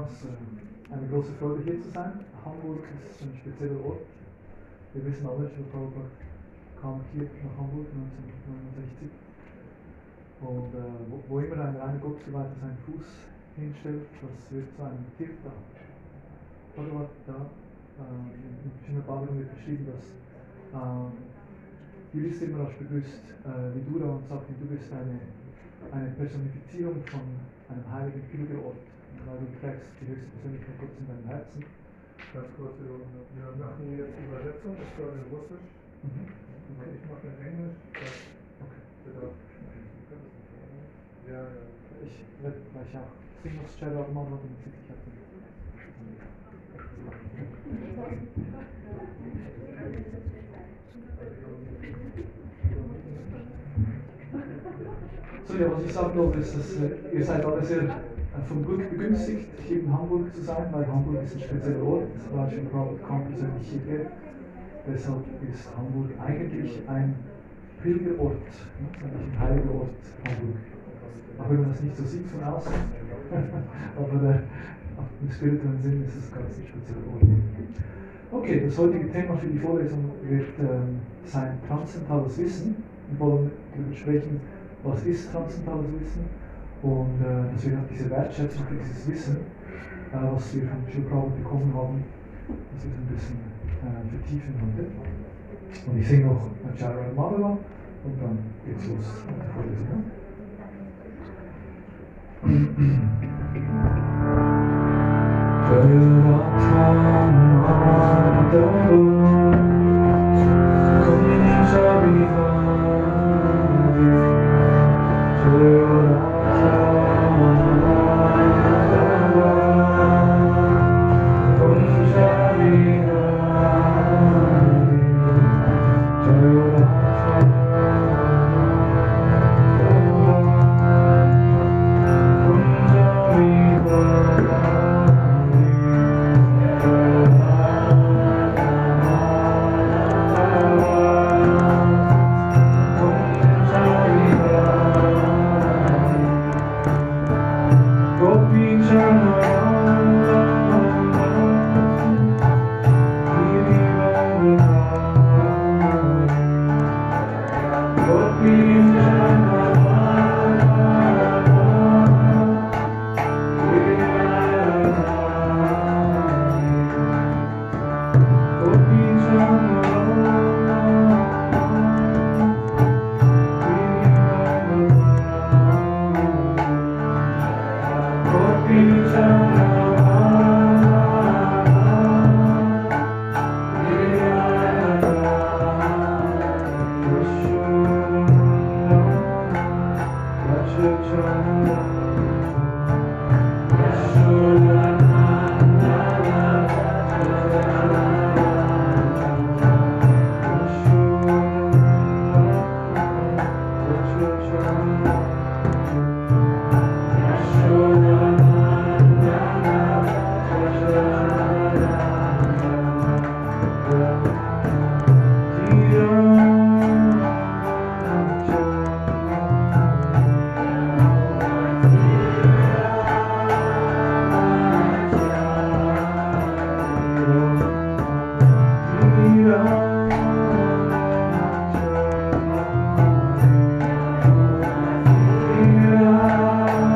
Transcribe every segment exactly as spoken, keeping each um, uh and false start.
uns äh, eine große Freude hier zu sein. Hamburg ist ein spezieller Ort. Wir wissen alle, Jill Prabhupada kam hier nach Hamburg neunzehnhundertneunundsechzig. Und äh, wo, wo immer ein reiner Gottesgeweihter seinen Fuß hinstellt, das wird zu einem Tirtha. Bhagavata, äh, in Srimad Bhagavatam wird beschrieben, dass äh, Yudhishthira begrüßt äh, Vidura und sagt, du bist eine, eine Personifizierung von einem heiligen Pilgerort, weil du trägst die höchste Persönlichkeit Gottes in deinem Herzen. Ganz kurz, wir machen jetzt Übersetzung, das war in Russisch, mhm. Okay. Ich mache in Englisch. Okay. Bitte. Ja, ja. Ich werde gleich auch Single-Shadow machen, damit ich sicher bin. So, ja, was ich sagen wollte, ist, dass äh, ihr seid alle sehr äh, vom Glück begünstigt, hier in Hamburg zu sein, weil Hamburg ist ein spezieller Ort, weil Jill Prabhupada kam persönlich hierher. Deshalb ist Hamburg eigentlich ein Pilgerort, ne? Eigentlich ein heiliger Ort, Hamburg. Auch wenn man das nicht so sieht von außen, aber äh, im spirituellen Sinn ist es ganz ein spezieller Ort. Okay, das heutige Thema für die Vorlesung wird ähm, sein transzendentales Wissen. Wir wollen darüber sprechen, was ist transzendentales Wissen und äh, dass wir diese Wertschätzung für dieses Wissen, äh, was wir von Jill Prabhupada bekommen haben, dass wir es ein bisschen äh, vertiefen heute. Und ich singe noch Jai Madhava und dann geht's los mit der Vorlesung. Yeah.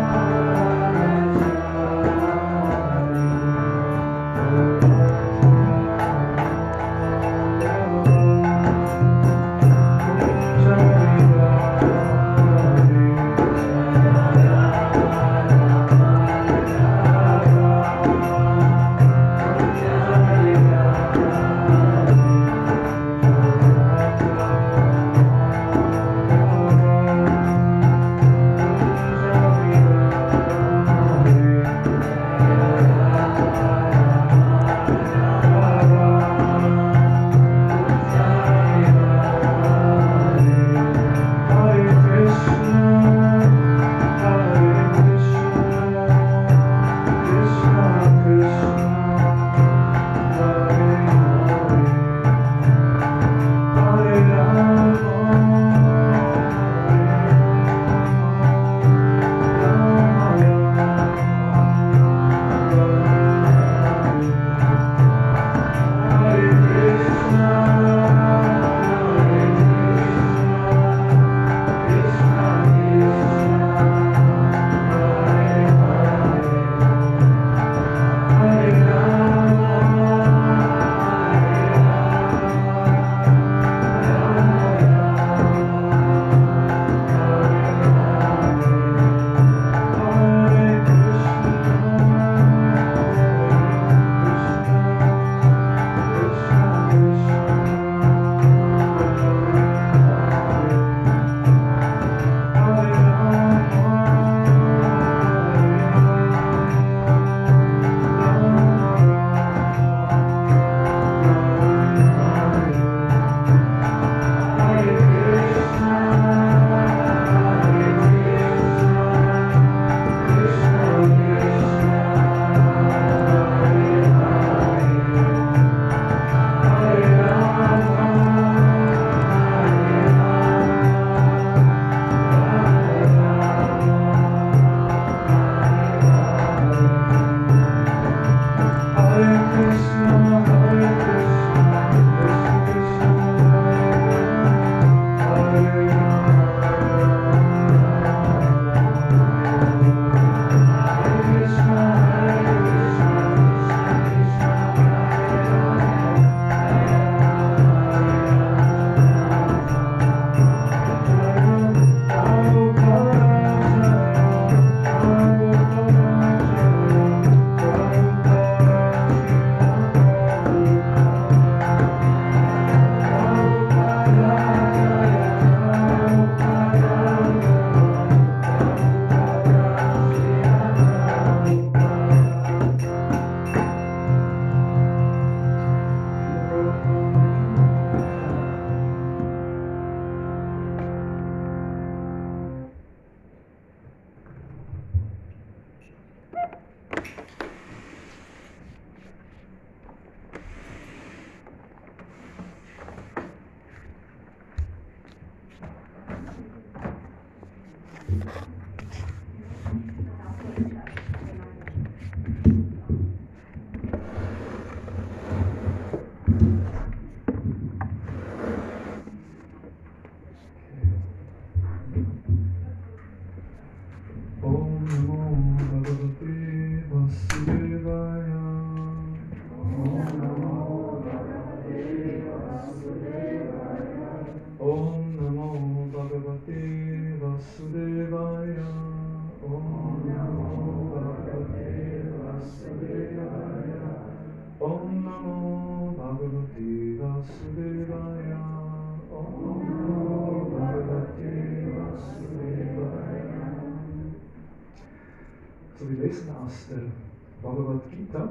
So, wir lesen aus der Bhagavad Gita.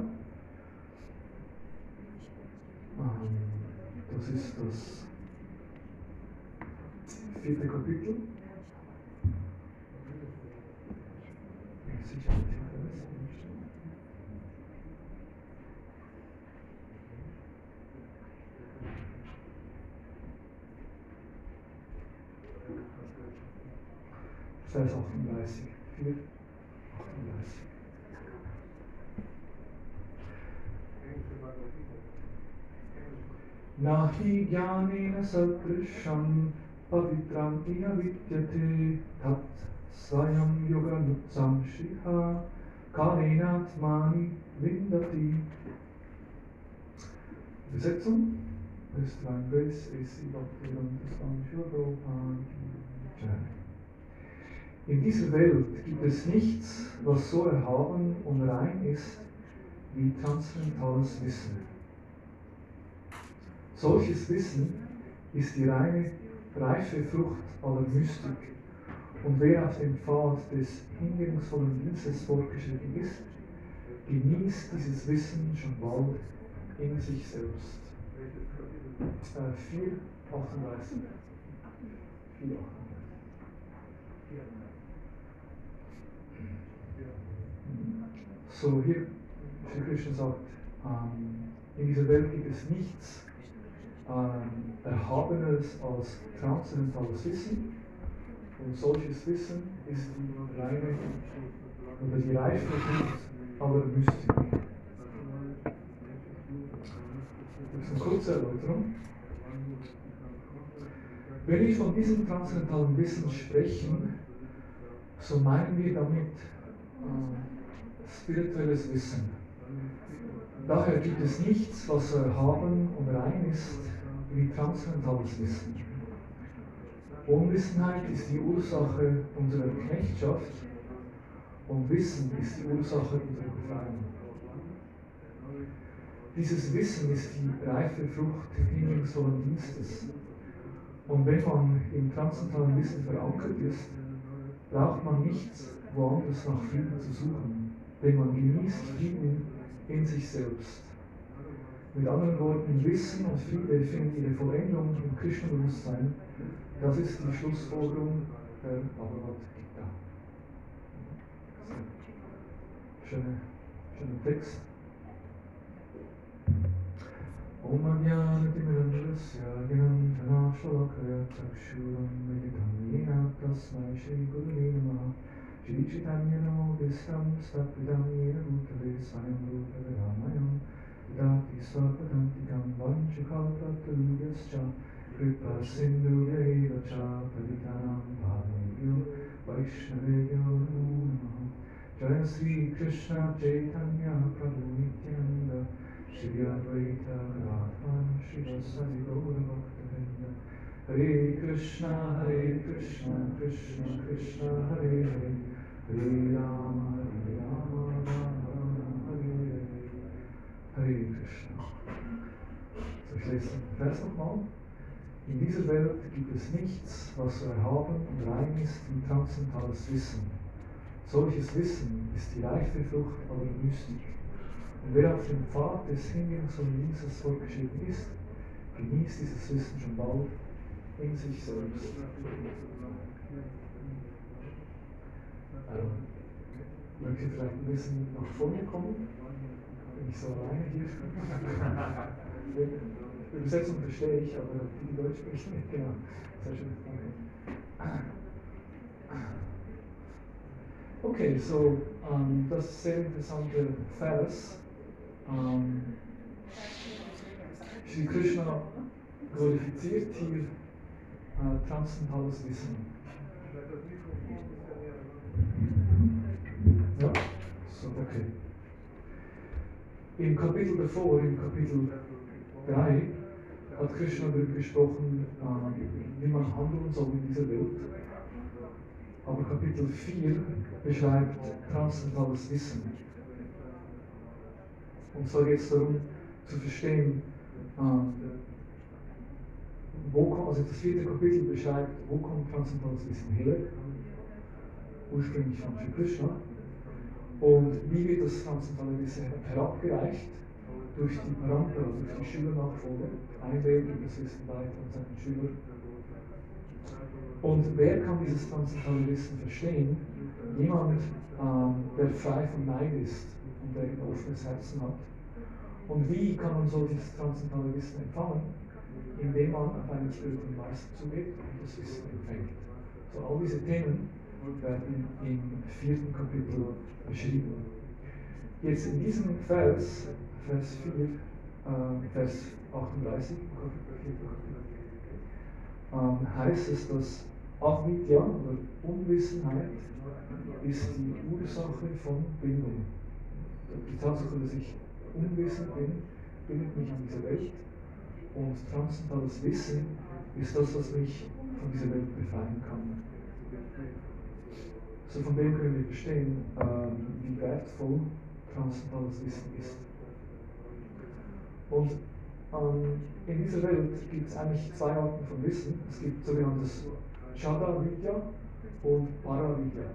Das ist das vierte Kapitel. Sicher nicht Vers achtunddreißig. vier, achtunddreißig. Nahi jnanena sadrisham pavitram iha vidyate tat svayam yoga nutsam shriha kalenatmani vindati. Übersetzung: Divine Grace, A C Bhaktivedanta Swami Srila Prabhupada. In dieser Welt gibt es nichts, was so erhaben und rein ist wie transzendentales Wissen. Solches Wissen ist die reine, reife Frucht aller Mystik, und wer auf dem Pfad des hingebungsvollen Dienstes fortgeschritten ist, genießt dieses Wissen schon bald in sich selbst. Äh, vier achtunddreißig. vier achtunddreißig. So, hier, Sri Krishna sagt, ähm, in dieser Welt gibt es nichts ähm, Erhabeneres als transzendentales Wissen, und solches Wissen ist die reine oder die reife Frucht aller Mystik. Das ist eine kurze Erläuterung. Wenn wir von diesem transzendentalen Wissen sprechen, so meinen wir damit äh, spirituelles Wissen. Daher gibt es nichts, was so erhaben und rein ist wie transzendentales Wissen. Unwissenheit ist die Ursache unserer Knechtschaft, und Wissen ist die Ursache unserer Befreiung. Dieses Wissen ist die reife Frucht hingebungsvollen Dienstes. Und wenn man im transzendentalen Wissen verankert ist, braucht man nichts woanders nach Frieden zu suchen, denn man genießt Frieden in sich selbst. Mit anderen Worten, Wissen und Friede finden ihre Vollendung im Krishna-Bewusstsein. Das ist die Schlussfolgerung der Bhagavad Gita. Schöner schöne Text. Om Ajnana-Timirandasya Gyananjana Shalakaya Chakshuram Meditam Yena Tasmai Shri Gurave Namaha Shri Chaitanya Namo-Distam Stapidam Yena Bhutale Swayam Rupa Vedamayam Dati Svapadantikam Vanchakalpatarubhyascha Kripa Sindhubhyaiva Cha Paditanam Bhavebhyo Vaishnavebhyo Namo Namaha. Jaya Sri Krishna Chaitanya Prabhu Nityananda Shri Advaita Gadadhar Srivasadi Gaura Bhaktivinoda. Hare Krishna Hare Krishna Krishna Krishna Hare Hare Hare Rama Hare Rama Rama Rama Hare Hare. Hare Krishna. So, ich lese den Vers nochmal. In dieser Welt gibt es nichts, was so erhaben und rein ist wie transzendentales Wissen. Solches Wissen ist die reife Frucht aller Mystik. Und wer auf dem Pfad des hingebungsvollen Dienstes fortgeschritten ist, genießt dieses Wissen schon bald in sich selbst. Ähm, möchte ich vielleicht ein bisschen nach vorne kommen? Bin ich so alleine hier? Die Übersetzung verstehe ich, aber die Deutsch sprechen nicht, genau. Sehr schön, danke. Okay, so ähm, das ist ein sehr interessanter Vers. Ähm, Sri Krishna glorifiziert hier äh, transzendentales Wissen. Ja, so, okay. Im Kapitel davor, im Kapitel drei, hat Krishna darüber gesprochen, äh, wie man handeln soll in dieser Welt. Aber Kapitel vier beschreibt transzendentales Wissen. Und zwar geht es darum, zu verstehen, äh, wo kommt, also das vierte Kapitel beschreibt, wo kommt transzendentales Wissen her, ursprünglich von Sri Krishna, und wie wird das transzendentale Wissen herabgereicht durch die Parampara, durch die Schülernachfolge. Ein Lehrer gibt das Wissen weiter an seinen Schüler. Und wer kann dieses transzendentale Wissen verstehen? Jemand, ähm, der frei von Neid ist und der ein offenes Herzen hat. Und wie kann man solches transzendentale Wissen empfangen? Indem man auf einen spirituellen Meister zugeht und das Wissen empfängt. So, all diese Themen werden im vierten Kapitel beschrieben. Jetzt in diesem Vers, Vers vier, äh, Vers achtunddreißig, äh, heißt es, dass Avidya oder Unwissenheit ist die Ursache von Bildung. Die Tatsache, dass ich unwissend bin, bindet mich an diese Welt. Und transzendentales Wissen ist das, was mich von dieser Welt befreien kann. So von dem können wir verstehen, ähm, wie wertvoll transzendentales Wissen ist. Und ähm, in dieser Welt gibt es eigentlich zwei Arten von Wissen. Es gibt sogenanntes Chada-Vidya und Para-Vidya.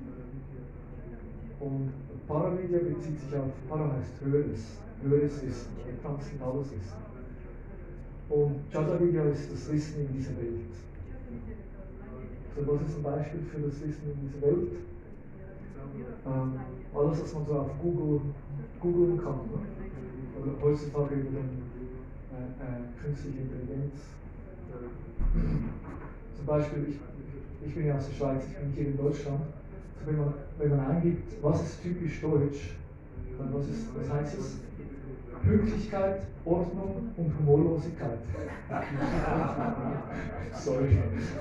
Und Para-Vidya bezieht sich auf, Para heißt höheres, höheres Wissen, transzendentales Wissen. Und Chada-Vidya ist das Wissen in dieser Welt. So, was ist ein Beispiel für das Wissen in dieser Welt? Ähm, alles, was man so auf Google googeln kann. Oder heutzutage über den, äh, äh, künstliche Intelligenz. Zum Beispiel, ich, ich bin ja aus der Schweiz, ich bin hier in Deutschland. So, wenn, man, wenn man eingibt, was ist typisch deutsch, dann was, ist, was heißt es? Pünktlichkeit, Ordnung und Humorlosigkeit. Sorry.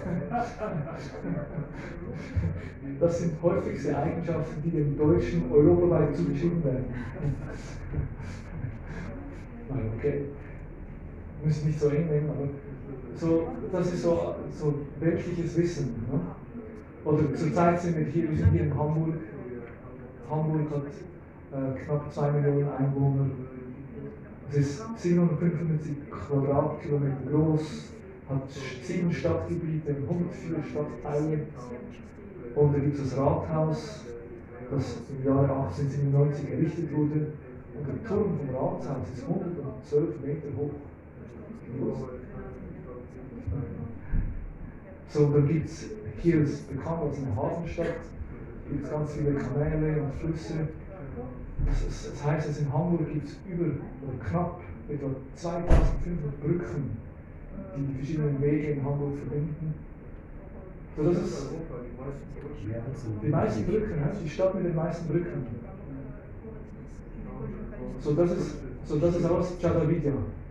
Das sind häufigste Eigenschaften, die dem Deutschen europaweit zugeschrieben werden. Nein, okay. Müssen nicht so eng nehmen, aber so, das ist so, so weltliches Wissen. Ne? Oder zurzeit sind wir hier, wir sind hier in Hamburg. Hamburg hat äh, knapp zwei Millionen Einwohner. Es ist siebenhundertfünfundsiebzig Quadratkilometer groß, hat sieben Stadtgebiete, hundertvier Stadtteile. Und da gibt es das Rathaus, das im Jahre achtzehnhundertsiebenundneunzig errichtet wurde. Und der Turm vom Rathaus ist hundertzwölf Meter hoch. So, dann gibt es, hier ist bekannt als eine Hafenstadt, gibt es ganz viele Kanäle und Flüsse. Das, das heißt, dass in Hamburg gibt es über oder knapp etwa zweitausendfünfhundert Brücken, die die verschiedenen Wege in Hamburg verbinden. So, das ist die meisten Brücken, die Stadt mit den meisten Brücken. So, das ist, so, das ist alles Chada-Vidya.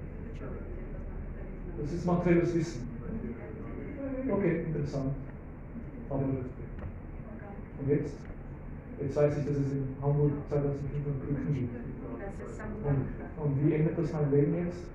Das ist materielles Wissen. Okay, interessant. Aber und jetzt? Jetzt weiß ich, dass es in Hamburg zweitausendfünfhundert Brücken gibt. Und, und wie ändert das mein Leben jetzt?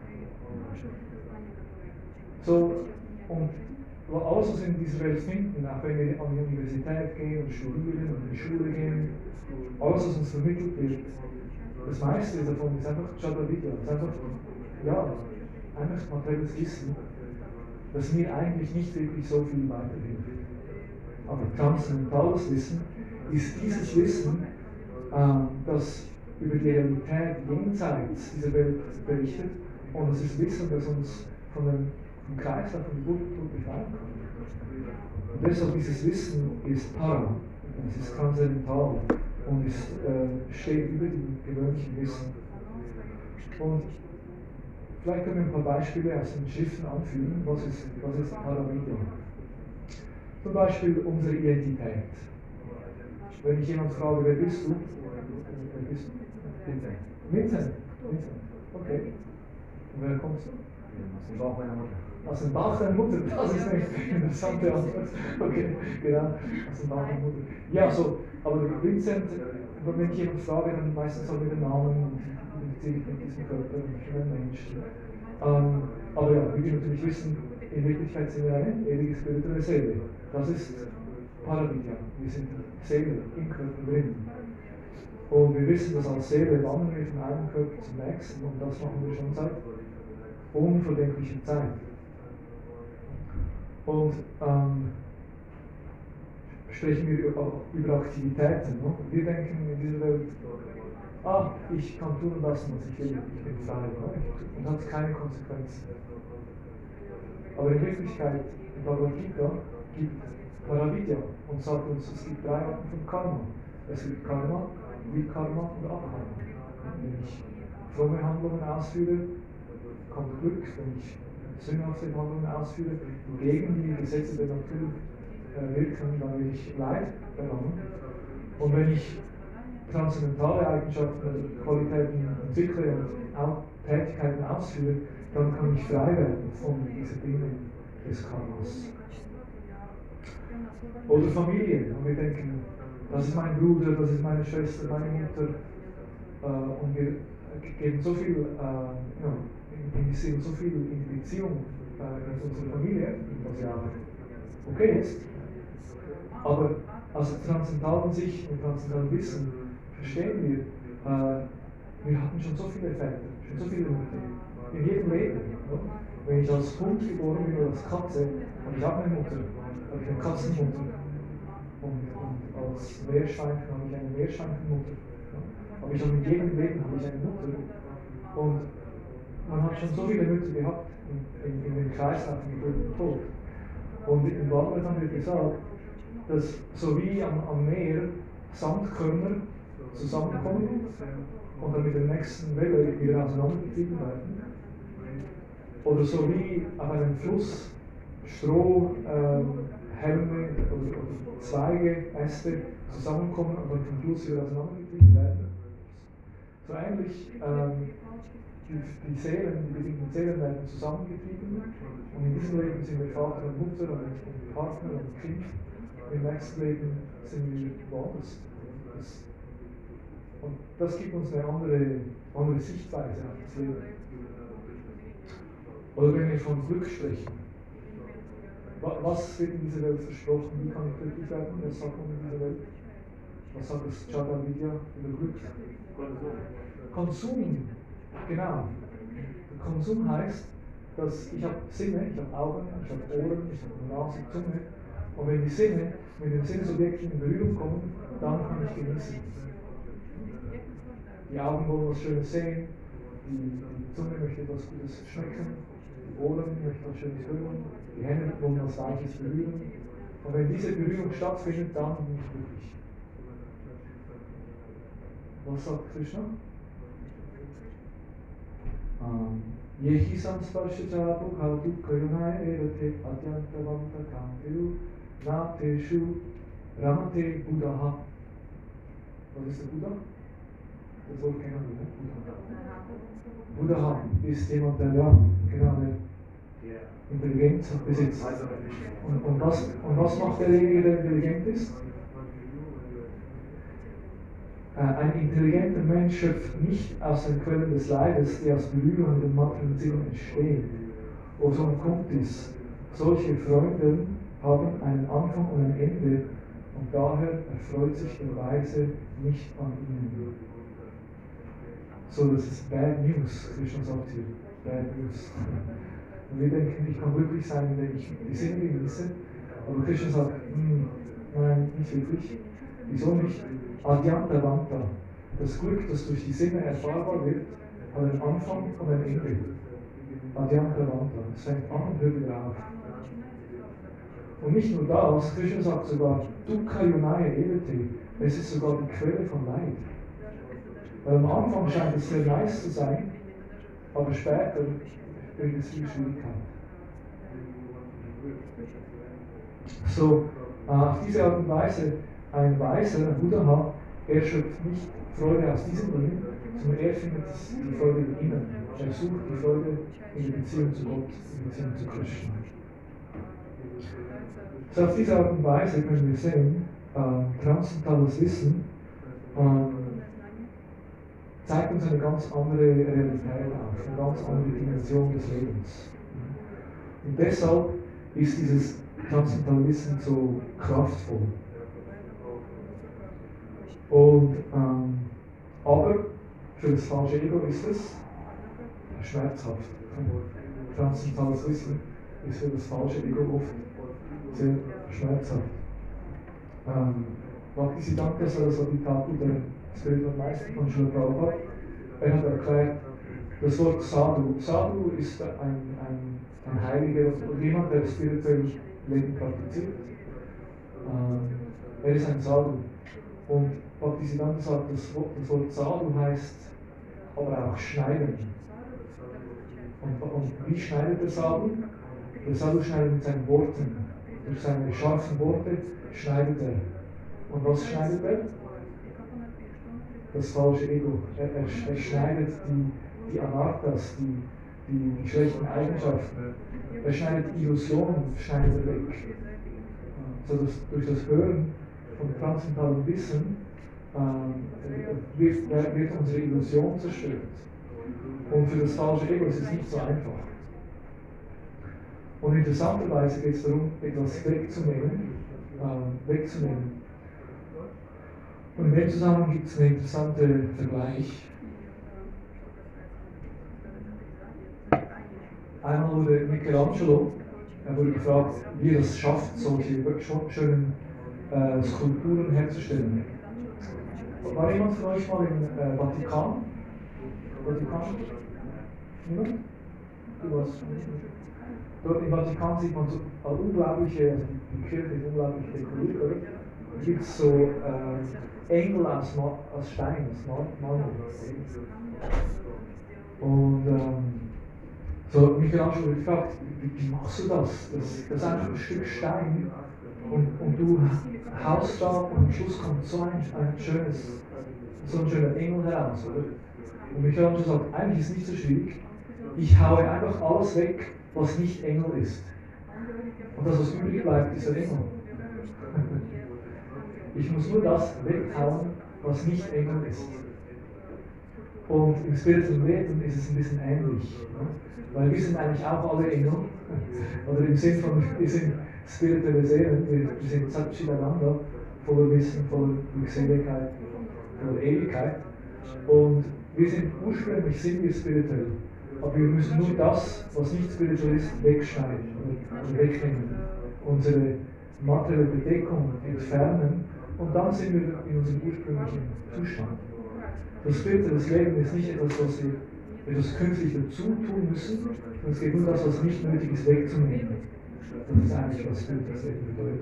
So, und alles, was wir in dieser Welt finden, auch wenn wir an die Universität gehen und studieren und in die Schule gehen, alles, was uns vermittelt wird, das meiste davon ist einfach Chada-Vidya. Es ist einfach, ja, einfach materielles Wissen, das mir eigentlich nicht wirklich so viel weiterhilft. Aber transzendentales Wissen ist dieses Wissen, äh, das über die Realität jenseits dieser Welt berichtet, und es ist Wissen, das uns von dem, vom Kreislauf von Geburt und Tod befreien kann. Und deshalb dieses Wissen ist Para, und es ist transzendental und es äh, steht über dem gewöhnlichen Wissen. Und vielleicht können wir ein paar Beispiele aus den Schriften anführen, was ist, was ist Para-Vidya. Zum Beispiel unsere Identität. Wenn ich jemand frage, wer bist du? Wer bist du? Vincent. Vincent. Vincent. Okay. Und woher kommst du? Aus dem Bauch meiner Mutter. Aus dem Bauch deiner Mutter? Das ist eine interessante Antwort. Okay, genau. Aus dem Bauch deiner Mutter. Ja, so, aber Vincent, wenn ich jemand frage, dann meistens auch mit dem Namen, identifiziere ich mit diesem Körper, ich bin ein Mensch. Ähm, aber ja, wie wir natürlich wissen, in Wirklichkeit sind wir eine ewige spirituelle Seele. Das ist Paravidya. Wir sind Seele im Körper drin. Und wir wissen, dass als Seele wandern wir von einem Körper zum nächsten und das machen wir schon seit unvordenklicher Zeit. Und ähm, sprechen wir über, über Aktivitäten. No? Wir denken in dieser Welt, ah, ich kann tun und lassen, was ich will, ich bin frei. No? Und hat keine Konsequenzen. Aber in Wirklichkeit, in Bhagavad Gita gibt Paravidya und sagt uns, es gibt drei Arten von Karma. Es gibt Karma, Vikarma und Akarma. Wenn ich fromme Handlungen ausführe, kommt Glück. Wenn ich sündhafte Handlungen ausführe, die gegen die Gesetze der Natur äh, wirken, dann will ich Leid erlangen. Und wenn ich transzendentale Eigenschaften oder Qualitäten entwickle und auch Tätigkeiten ausführe, dann kann ich frei werden von diesen Dingen des Karmas. Oder Familie. Und wir denken, das ist mein Bruder, das ist meine Schwester, meine Mutter. Äh, und wir geben so viel, äh, ja, investieren so viel in die Beziehung äh, mit unserer Familie, was ja auch okay ist. Aber aus der transzendentalen Sicht und transzendentalen Wissen verstehen wir, äh, wir hatten schon so viele Väter, schon so viele Mütter. In jedem Leben. Ja? Wenn ich als Hund geboren bin oder als Katze, habe ich auch eine Mutter, habe ich eine Katzenmutter. Und, und als Meerschweinchen habe ich eine Meerschweinchenmutter. Ja? Aber ich habe in jedem Leben habe ich eine Mutter. Und man hat schon so viele Mütter gehabt in, in, in den Kreislauf von Geburt und Tod. Und im Bhagavatam wird gesagt, dass so wie am, am Meer Sandkörner zusammenkommen und dann mit der nächsten Welle wieder auseinandergetrieben werden. Oder so wie auf einem Fluss Stroh, ähm, Helme oder, oder Zweige, Äste zusammenkommen und dann vom Fluss wieder auseinandergetrieben werden. So ähnlich, ähm, die, die Seelen, die bedingten Seelen werden zusammengetrieben und in diesem Leben sind wir Vater und Mutter und Partner und Kind. Im nächsten Leben sind wir woanders. Das, und das gibt uns eine andere, andere Sichtweise auf das Leben. Oder wenn wir von Glück sprechen. Was wird in dieser Welt versprochen? Wie kann ich glücklich werden? Was sagt man in dieser Welt? Was sagt das Jada Vidya über Glück? Konsum. Genau. Konsum heißt, dass ich habe Sinne, ich habe Augen, ich habe Ohren, ich habe Nase, Zunge. Und wenn die Sinne mit den Sinnsobjekten in Berührung kommen, dann kann ich genießen. Die Augen wollen was Schönes sehen, die, die Zunge möchte etwas Gutes schmecken, die Ohren möchten was Schönes hören, die Hände wollen was Weiches berühren. Und wenn diese Berührung stattfindet, dann bin ich glücklich. Was sagt Krishna? Yehi samsparshata bhukadu kayunaya evate atyantavanta kantiru na teshu ramate buddha. Was ist der Buddha? Das Wort kennen wir, ne? Buddha. Buddha ist jemand, der ja, genau, der Intelligenz besitzt. Und, und, was, und was macht derjenige, der intelligent ist? Ein intelligenter Mensch schöpft nicht aus den Quellen des Leides, die aus Berührung mit den materiellen Sinnen entstehen. O Sohn Kuntis, solche Freunde haben einen Anfang und ein Ende und daher erfreut sich der Weise nicht an ihnen. So, das ist Bad News, Krishna sagt hier. Bad News. Und wir denken, ich kann glücklich sein, wenn ich die Sinne genieße, aber Krishna sagt, nein, nicht wirklich. Wieso nicht? Adyantavanta, das Glück, das durch die Sinne erfahrbar wird, hat einen Anfang und ein Ende. Adyantavanta, es fängt an und hört wieder auf. Und nicht nur das, Krishna sagt sogar, Dukkha Yunaya Evate, es ist sogar die Quelle von Leid. Weil am Anfang scheint es sehr nice zu sein, aber später bringt es viel Schwierigkeit. So, auf diese Art und Weise ein Weiser, ein Buddha, er schöpft nicht Freude aus diesen Dingen, sondern er findet die Freude im Inneren. Er sucht die Freude in der Beziehung zu Gott, in der Beziehung zu Krishna. So auf diese Art und Weise können wir sehen, äh, transzendentales Wissen äh, zeigt uns eine ganz andere Realität auf, eine ganz andere Dimension des Lebens. Und deshalb ist dieses transzendentale Wissen so kraftvoll. Und, ähm, aber für das falsche Ego ist es schmerzhaft. Transzendentales Wissen ist für das falsche Ego oft sehr schmerzhaft. Ähm, Bhaktisiddhanta Saraswati Thakur, der Spiritual Meister von Srila Prabhupada, er hat erklärt, das Wort Sadhu. Sadhu ist ein, ein, ein Heiliger oder jemand, der spirituelles Leben praktiziert. Ähm, er ist ein Sadhu. Und Bhaktisiddhanta sagt, das Wort, das Wort Sadhu heißt aber auch schneiden. Und, und wie schneidet der Sadhu? Der Sadhu schneidet mit seinen Worten. Durch seine scharfen Worte schneidet er. Und was schneidet er? Das falsche Ego. Er, er, er schneidet die, die Anarthas, die, die, die schlechten Eigenschaften. Er schneidet Illusionen, schneidet er weg. So dass durch das Hören von transzendentalem Wissen äh, wird, wird unsere Illusion zerstört. Und für das falsche Ego ist es nicht so einfach. Und interessanterweise geht es darum, etwas wegzunehmen, äh, wegzunehmen. Und in dem Zusammenhang gibt es einen interessanten Vergleich. Einmal wurde Michelangelo, er wurde gefragt, wie er es schafft, solche schönen äh, Skulpturen herzustellen. War jemand von euch mal im äh, Vatikan? Vatikan? Niemand? Du warst dort im Vatikan sieht man so eine unglaubliche, also die Kirche ist unglaublich dekoriert, oder? Da gibt es so äh, Engel aus, aus Stein, aus Marmor. Und ähm, so Michelangelo wird gefragt, wie, wie machst du das? das? Das ist einfach ein Stück Stein und, und du haust da und am Schluss kommt so ein, ein schönes, so ein schöner Engel heraus, oder? Und Michelangelo sagt, eigentlich ist es nicht so schwierig, ich haue einfach alles weg, was nicht Engel ist. Und das, was übrig bleibt, ist ein Engel. Ich muss nur das weghauen, was nicht Engel ist. Und im spirituellen Leben ist es ein bisschen ähnlich. Weil wir sind eigentlich auch alle Engel. Oder im Sinn von, wir sind spirituelle Seelen, wir, wir sind Satchitananda, voller Wissen, voller Glückseligkeit, voller Ewigkeit. Und wir sind ursprünglich sind wir spirituell. Aber wir müssen nur das, was nicht spirituell ist, wegschneiden oder wegnehmen. Unsere materielle Bedeckung entfernen und dann sind wir in unserem ursprünglichen Zustand. Das spirituelle Leben ist nicht etwas, was wir etwas künstlich dazu tun müssen, sondern es geht nur das, was nicht nötig ist, wegzunehmen. Das ist eigentlich, was spirituelles Leben bedeutet.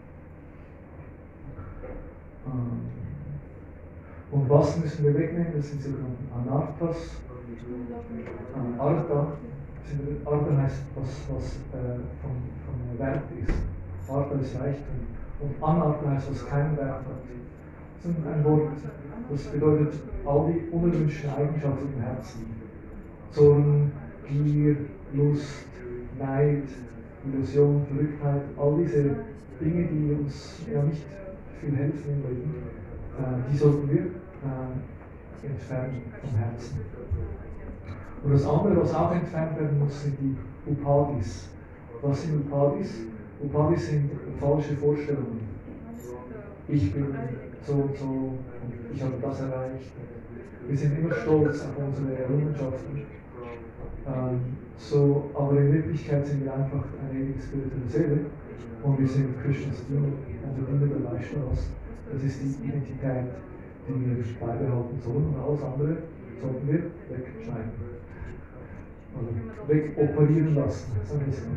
Und was müssen wir wegnehmen? Das sind sogenannte Anarthas. Artha, Artha heißt, was, was äh, von, von Wert ist. Artha ist Reichtum. Und Anartha heißt, was keinen Wert hat. Das ist ein Wort, das bedeutet all die unerwünschten Eigenschaften im Herzen. Zorn, Gier, Lust, Neid, Illusion, Verrücktheit, all diese Dinge, die uns ja nicht viel helfen im Leben, äh, die sollten wir äh, entfernen vom Herzen. Und das andere, was auch entfernt werden muss, sind die Upadis. Was sind Upadis? Upadis sind falsche Vorstellungen. Ich bin so und so und ich habe das erreicht. Wir sind immer stolz auf unsere Errungenschaften. Ähm, so, aber in Wirklichkeit sind wir einfach eine ewig spirituelle Seele und wir sind Krishnas Diener und wir dienen der Vaishnavas. Das ist die Identität, die wir beibehalten sollen, und alles andere sollten wir wegschneiden. Also wegoperieren lassen, sagen wir es mal.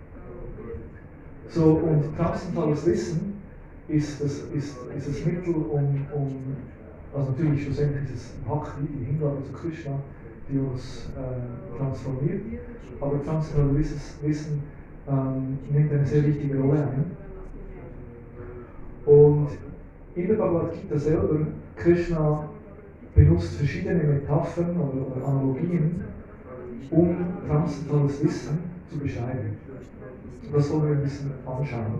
So, und transzendentales Wissen ist das, ist, ist das Mittel, um, um, also natürlich schlussendlich ist es Bhakti, die Hingabe zu Krishna, die uns äh, transformiert, aber transzendentales Wissen ähm, nimmt eine sehr wichtige Rolle ein. Und in der Bhagavad Gita selber, Krishna benutzt verschiedene Metaphern oder, oder Analogien, um transzendentales Wissen zu beschreiben. Das wollen wir ein bisschen anschauen.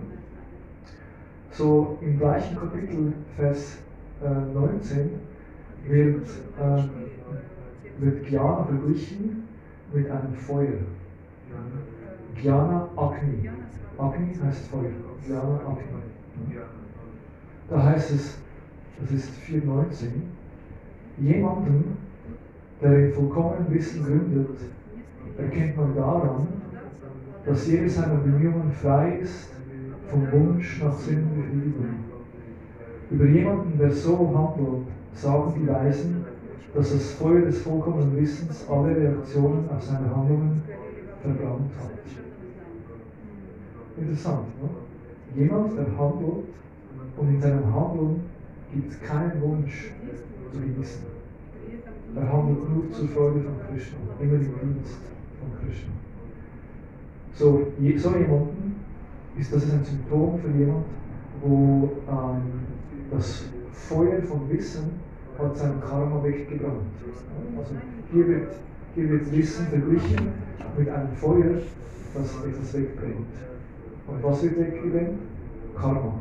So im gleichen Kapitel, Vers äh, neunzehn, wird, äh, wird Jnana verglichen mit einem Feuer. Jnana Agni. Agni heißt Feuer. Jnana Agni. Da heißt es, das ist vier neunzehn, jemanden, der in vollkommenem Wissen gründet, erkennt man daran, dass jede seiner Bemühungen frei ist vom Wunsch nach Sinnbefriedigung. Über jemanden, der so handelt, sagen die Weisen, dass das Feuer des vollkommenen Wissens alle Reaktionen auf seine Handlungen verbrannt hat. Interessant, ne? Jemand, der handelt und in seinem Handeln gibt es keinen Wunsch zu genießen. Er handelt nur zur Freude von Krishna, immer im Dienst von Krishna. So, je, so jemanden ist das ist ein Symptom für jemanden, wo ähm, das Feuer von Wissen hat sein Karma weggebrannt. Also hier wird, hier wird Wissen verglichen mit einem Feuer, das etwas wegbrennt. Und was wird weggebrannt? Karma.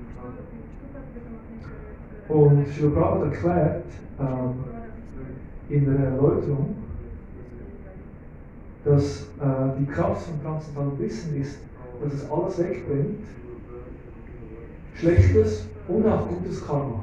Und Srila Prabhupada erklärt ähm, in der Erläuterung, dass äh, die Kraft von transzendentalen Wissen ist, dass es alles wegbrennt, schlechtes und auch gutes Karma.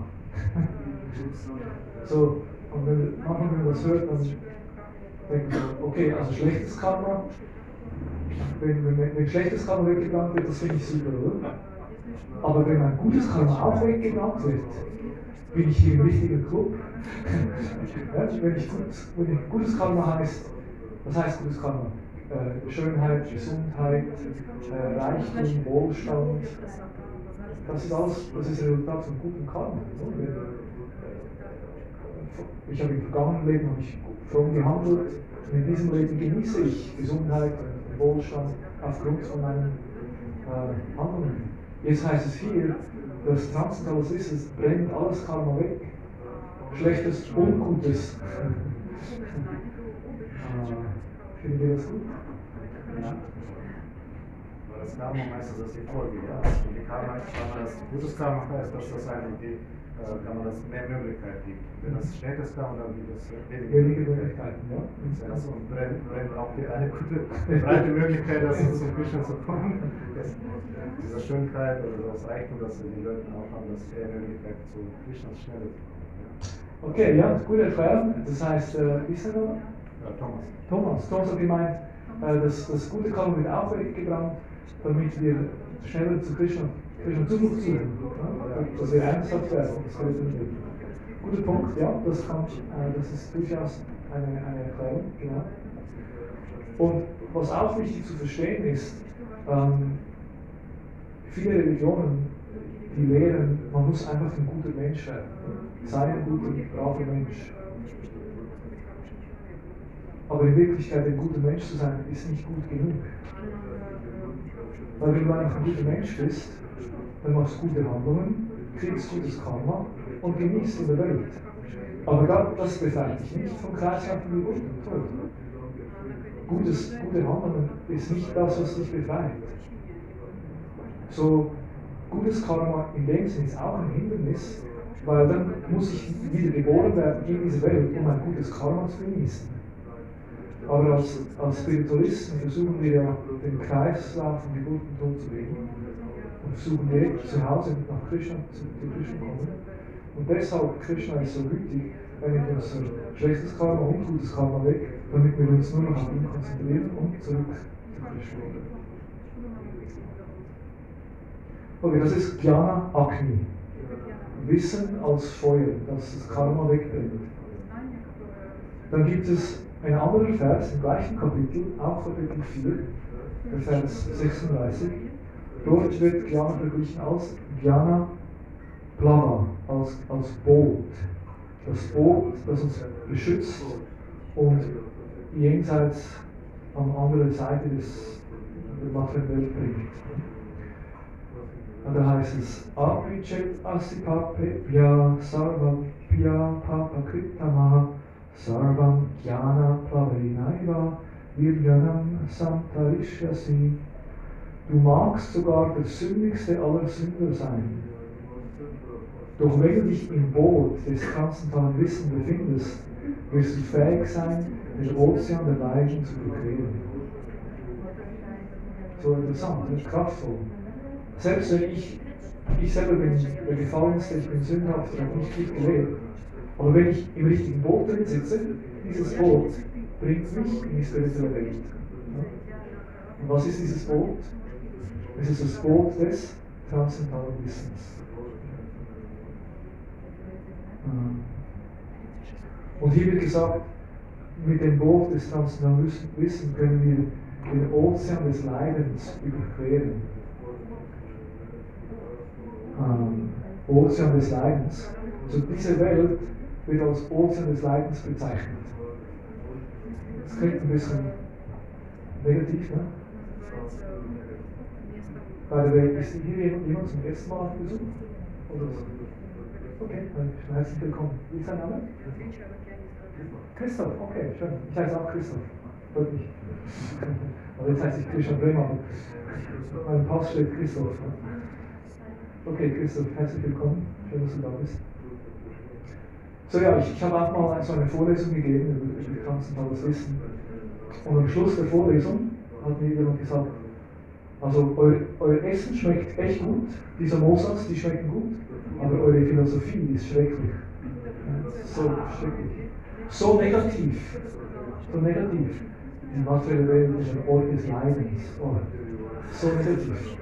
So, und wenn, manchmal, wenn man das hört, dann denkt man, okay, also schlechtes Karma, wenn, wenn, wenn schlechtes Karma weggebrannt wird, das finde ich super, oder? Aber wenn ein gutes Karma auch weggebrannt wird, bin ich hier im richtigen Club. Ja, wenn, ich gut, wenn ich gutes Karma heißt, was heißt gutes Karma? Äh, Schönheit, Gesundheit, äh, Reichtum, Wohlstand, das ist alles, das ist Resultat von gutem Karma. Wenn, äh, ich habe im vergangenen Leben habe ich fromm gehandelt und in diesem Leben genieße ich Gesundheit und Wohlstand aufgrund von meinen äh, Handlungen. Jetzt heißt es hier, dass transzendentales Wissen brennt alles Karma weg. Schlechtes und Gutes. Finden wir das gut? Ja. Weil das Karma meistens ist die Folge, ja. Und die Karma, wenn das gutes Karma heißt, dass das eine Idee, äh, kann man das mehr Möglichkeit gibt. Wenn das schlechtes Karma, dann gibt es weniger Möglichkeiten, ja. Das und brennt, brennt auch die eine gute, breite Möglichkeit, dass es zum Krishna zu kommen. Diese Schönheit oder das Reichtum, das die Leute auch haben, das ist eher Möglichkeit, zu Krishna schneller zu kommen. Ja. Okay, ja, gut erklärt. Das heißt, äh, ist er da? Ja, Thomas. Thomas. Thomas hat gemeint, äh, das, das gute Karma wird auch weggebrannt, damit wir schneller zu Krishna, Krishna Zuflucht suchen. Ja? Dass wir ernsthaft werden. Das wird guter Punkt, ja, das, kann, äh, das ist durchaus eine, eine Erklärung, genau. Und was auch wichtig zu verstehen ist, ähm, viele Religionen, die lehren, man muss einfach ein guter Mensch werden. Sei ein guter, braver Mensch. Aber in Wirklichkeit ein guter Mensch zu sein, ist nicht gut genug. Weil wenn du einfach ein guter Mensch bist, dann machst du gute Handlungen, kriegst gutes Karma und genießt in der Welt. Aber das befreit dich nicht vom Kreislauf von Geburt und Tod. Gutes, gute Handlungen ist nicht das, was dich befreit. So, gutes Karma in dem Sinne ist auch ein Hindernis, weil dann muss ich wieder geboren werden in dieser Welt, um ein gutes Karma zu genießen. Aber als, als Spiritualisten versuchen wir ja den Kreislauf von Geburt und Tod zu leben und versuchen direkt zu Hause nach Krishna zu, zu Krishna kommen. Und deshalb, Krishna ist so gütig, er nimmt uns schlechtes Karma und gutes Karma weg, damit wir uns nur noch auf ihn konzentrieren und zurück zu Krishna kommen. Okay, das ist Jnana Agni. Wissen als Feuer, das das Karma wegbringt. Dann gibt es ein anderer Vers im gleichen Kapitel, auch Kapitel vier, der Vers sechsunddreißig. Dort wird Jnana verglichen als Jnana Plava, als, als Boot. Das Boot, das uns beschützt und jenseits an andere Seite des, der materiellen Welt bringt. Und da heißt es Avichet Asipape Pya Sarvam Pya Papa Kritamaha Sarvam Jnana Plavenaiva Virjanam Santarishyasi. Du magst sogar der sündigste aller Sünder sein. Doch wenn du dich im Boot des transzendentalen Wissens befindest, wirst du fähig sein, den Ozean der Leiden zu überqueren. So interessant, das ist kraftvoll. Selbst wenn ich, ich selber bin der Gefallenste, ich bin sündhaft, ich habe nicht gut gelebt, aber wenn ich im richtigen Boot drin sitze, dieses Boot bringt mich in die spirituelle Welt. Und was ist dieses Boot? Es ist das Boot des transzendentalen Wissens. Und hier wird gesagt, mit dem Boot des transzendentalen Wissens können wir den Ozean des Leidens überqueren. Ähm, Ozean des Leidens. Also diese Welt wird als Ozean des Leidens bezeichnet. Das klingt ein bisschen negativ, ne? By the way, ist hier jemand zum ersten Mal auf Besuch? Oder so? Okay, dann herzlich willkommen. Wie ist dein Name? Christoph, okay, schön. Ich heiße auch Christoph. Freut mich. Aber jetzt heiße ich Christian Bremer. Mein Pass steht Christoph. Okay, Christoph, herzlich willkommen. Schön, dass du da bist. So, ja, ich, ich habe auch mal so eine Vorlesung gegeben über, über transzendentales Wissen. Und am Schluss der Vorlesung hat mir jemand gesagt, also euer, euer Essen schmeckt echt gut, die Samosas, die schmecken gut, aber eure Philosophie die ist schrecklich. So schrecklich. So negativ. So negativ. Die materielle Welt ist ein Ort des Leidens. Oh, so negativ.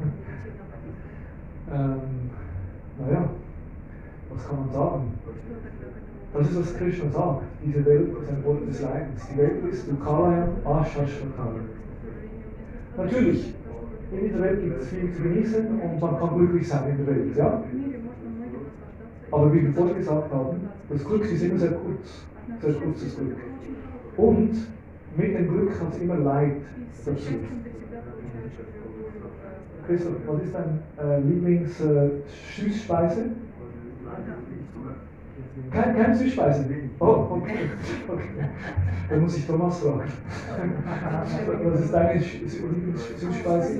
ähm, naja, was kann man sagen? Das ist, was Krishna sagt. Diese Welt ist ein Ort des Leidens. Die Welt ist Dukkhalayam Ashashvatam. Natürlich, in dieser Welt gibt es viel zu genießen und man kann glücklich sein in der Welt. Ja? Aber wie wir vorhin gesagt haben, das Glück ist immer sehr kurz. Sehr kurzes Glück. Und mit dem Glück hat es immer Leid dazu. Christoph, was ist deine äh, Lieblings-Süßspeise? Äh, Kein, keine Süßspeise? Oh, okay. okay. Dann muss ich Thomas fragen. Was ist deine Lieblings-Süßspeise?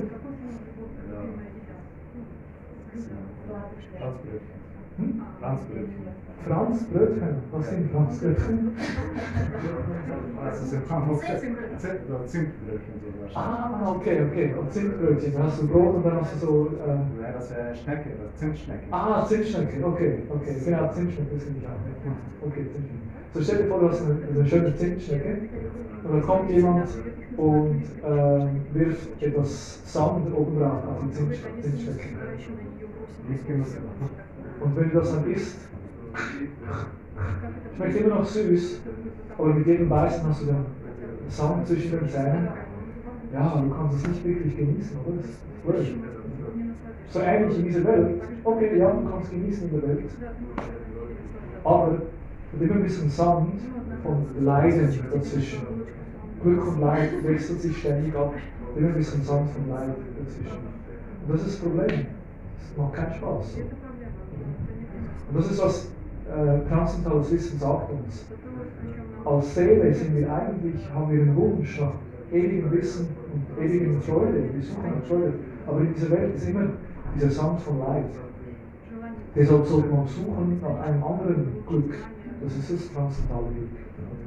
Hm? Franzbrötchen. Franzbrötchen? Was sind Franzbrötchen? Das sind Zimtbrötchen so wahrscheinlich. Ah, okay, okay. Und Zimtbrötchen. Dann hast du Brot und dann hast du so. Ähm ja, das wäre Schnecke, oder Zimtschnecke. Ah, Zimtschnecke, okay, okay. Genau, Zimtschnecke, das finde ich auch. Okay, Zimtschnecke. So stell dir vor, du hast eine, eine schöne Zimtschnecke und dann kommt jemand und ähm, wirft etwas Sand oben drauf auf die Zimtschnecke. Nicht genussen. Und wenn du das dann isst, schmeckt immer noch süß, aber mit jedem Beißen hast du dann Sand zwischen den Zähnen. Ja, du kannst es nicht wirklich genießen, oder? Das ist blöd. So ähnlich in dieser Welt. Okay, ja, du kannst genießen in der Welt. Aber es wird immer ein bisschen Sand von Leiden dazwischen. Glück und Leid wechselt sich ständig ab. Immer ein bisschen Sand von Leid dazwischen. Und das ist das Problem. Es macht keinen Spaß. Und das ist, was äh, transzendentales Wissen sagt uns. Als Seele sind wir eigentlich, haben wir einen Wunsch nach ewigem Wissen und ewigen Freude. Wir suchen nach Freude. Aber in dieser Welt ist immer dieser Sand von Leid. Deshalb sollte man suchen nach einem anderen Glück. Das ist das transzendentale Glück.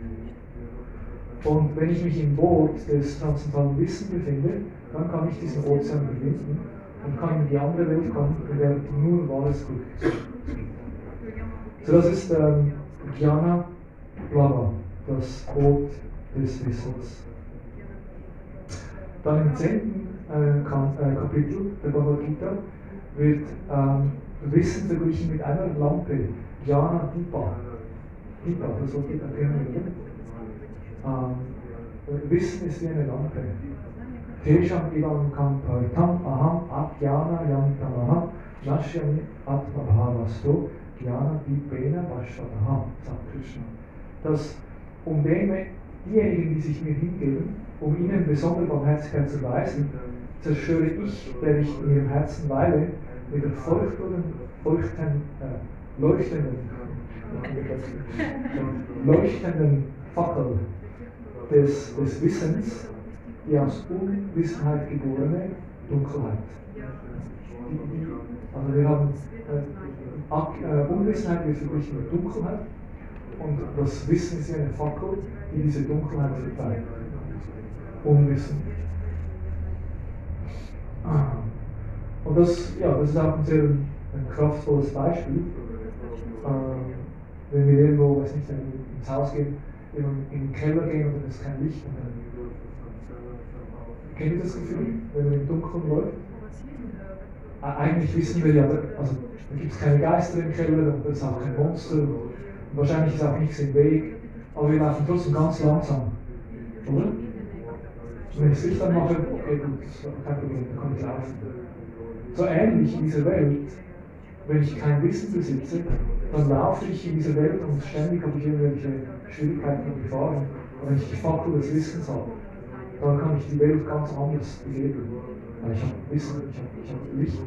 Und wenn ich mich im Boot des transzendentalen Wissens befinde, dann kann ich diesen Ozean überwinden und kann in die andere Welt kommen, in der nur wahres Glück ist. So, das ist ähm, Jnana Plava, das Boot des Wissens. Dann im zehnten äh, Kapitel der Bhagavad Gita wird ähm, Wissen verglichen mit einer Lampe, Jnana Dipa. Dipa, das sollte ich erkennen, oder? Ähm, Wissen ist wie eine Lampe. Tesham ivam kampartam aham atjana yantamaha nashyami atmabhavasto jnana dipena vashvataham, sagt Krishna. Dass um den, diejenigen, die sich mir hingeben, um ihnen besondere Barmherzigkeit zu erweisen, zerstöre ich, der ich in ihrem Herzen weile, mit der feuchten, feuchten, äh, leuchtenden, leuchtenden Fackel des, des Wissens, die aus Unwissenheit geborene Dunkelheit. Die, die, also wir haben äh, äh, Unwissenheit wird verglichen mit Dunkelheit und das Wissen ist wie eine Fackel, die diese Dunkelheit vertreibt. Unwissen. Und das, ja, das ist auch ein sehr ein kraftvolles Beispiel. Äh, wenn wir irgendwo, weiß nicht, ins Haus gehen, in den Keller gehen und dann ist kein Licht. Und dann, kennt ihr das Gefühl, wenn man im Dunkeln läuft? Äh, eigentlich wissen wir ja, also da gibt es keine Geister im Keller und da ist auch kein Monster. Und wahrscheinlich ist auch nichts im Weg, aber wir laufen trotzdem ganz langsam. Oder? Wenn ich das Licht anmache, okay, gut, das ist kein Problem, dann kann ich laufen. So ähnlich in dieser Welt, wenn ich kein Wissen besitze, dann laufe ich in dieser Welt und ständig habe ich irgendwelche Schwierigkeiten und Gefahren. Und wenn ich die Fackel des Wissens habe, dann kann ich die Welt ganz anders beleben. Weil ich habe Wissen, ich habe, ich habe Licht.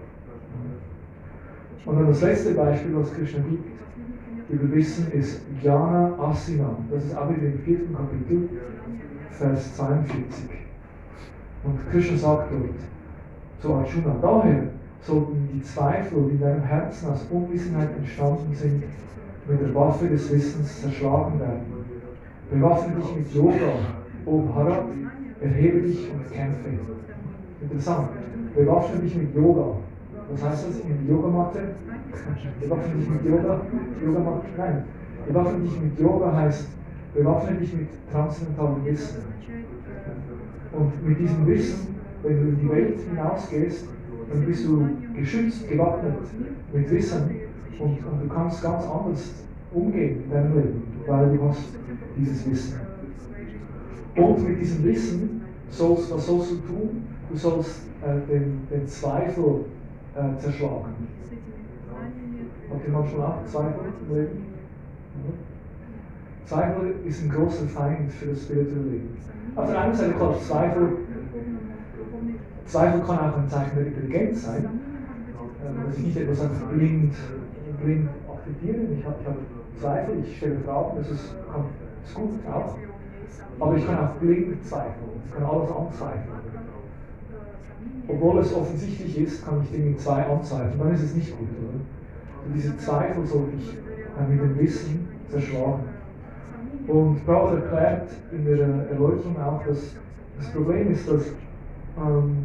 Und dann das letzte Beispiel, was Krishna gibt über Wissen, ist Jnana Asina. Das ist aber im vierten Kapitel, Vers zweiundvierzig. Und Krishna sagt dort zu Arjuna, daher sollten die Zweifel, die in deinem Herzen aus Unwissenheit entstanden sind, mit der Waffe des Wissens zerschlagen werden. Bewaffne dich mit Yoga, O Bharat, erhebe dich und kämpfe. Interessant. Bewaffne dich mit Yoga. Was heißt das? Mit Yogamatte? Bewaffne dich mit Yoga? Yogamatte? Nein. Bewaffne dich mit Yoga heißt, bewaffne dich mit transzendentalem Wissen. Und mit diesem Wissen, wenn du in die Welt hinausgehst, dann bist du geschützt, gewappnet mit Wissen und, und du kannst ganz anders umgehen in deinem Leben, weil du hast dieses Wissen. Und mit diesem Wissen sollst, was sollst du tun? Du sollst äh, den, den Zweifel äh, zerschlagen. Habt ihr manchmal auch Zweifel im Leben? Ja. Zweifel ist ein großer Feind für das spirituelle Leben. Auf der einen Seite klar, Zweifel, Zweifel kann auch ein Zeichen der Intelligenz sein. Ähm, dass ich nicht etwas einfach blind, blind akzeptiere. Ich habe hab Zweifel, ich stelle Fragen, das ist, kann, ist gut auch. Aber ich kann auch blind zweifeln, ich kann alles anzweifeln. Obwohl es offensichtlich ist, kann ich Dinge zwei anzweifeln, dann ist es nicht gut, oder? Und diese Zweifel sollte ich äh, mit dem Wissen zerschlagen. Und Prabhupada erklärt in der Erläuterung auch, dass das Problem ist, dass ähm,